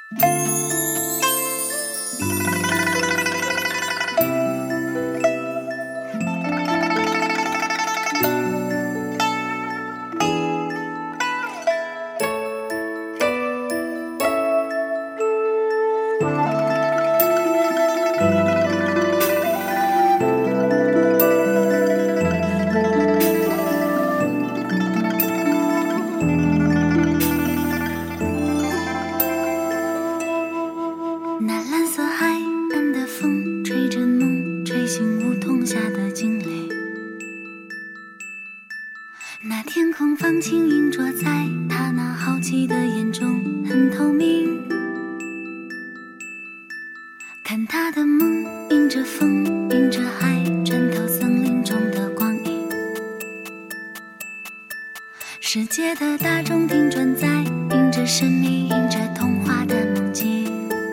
那蓝色海岸的风吹着梦，吹醒梧桐下的惊雷。那天空放晴映着在他那好奇的眼中很透明，看他的梦迎着风迎着海穿透森林中的光影。世界的大钟停转在迎着神秘迎着童话的梦境，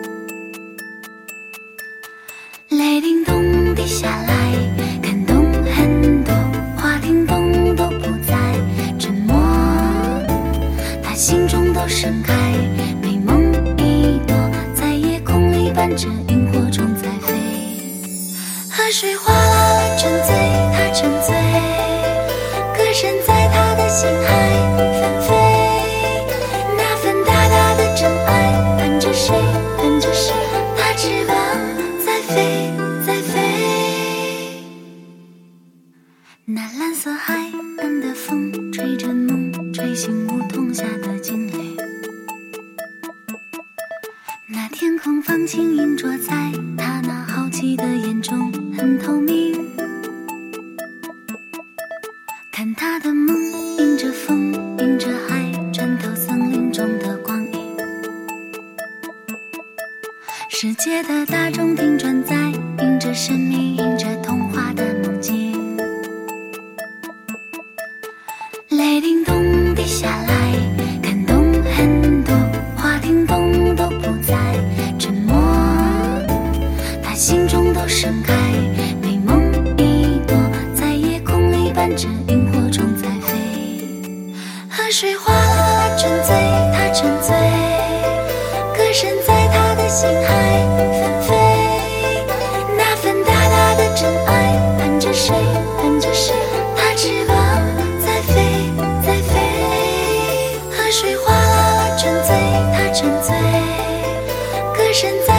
雷叮咚滴下来，感动很多，话听懂都不再沉默，他心中都盛开，美梦一朵，在夜空里伴着萤火虫在飞。河水哗啦啦沉醉，他沉醉，歌声在他的心海纷飞，那份大大的真爱伴着谁伴着谁，他翅膀在飞在飞。那蓝色海岸的风吹着梦，吹醒梧桐下的惊雷。那天空放晴映着在他那好奇的眼中很透明，看他的梦迎着风迎着海穿透森林中的光影。世界的大钟停转在迎着神秘迎着童话的梦境，雷叮咚滴下来，感动很多，话听懂都不再沉默，他心中都盛开，美梦一朵，在夜空里伴着萤火虫在飞。河水哗啦啦沉醉，他沉醉，歌声在他的心海纷飞，那份大大的真爱伴着谁伴着谁，他翅膀在飞在飞。河水哗啦啦沉醉，他沉醉，歌声在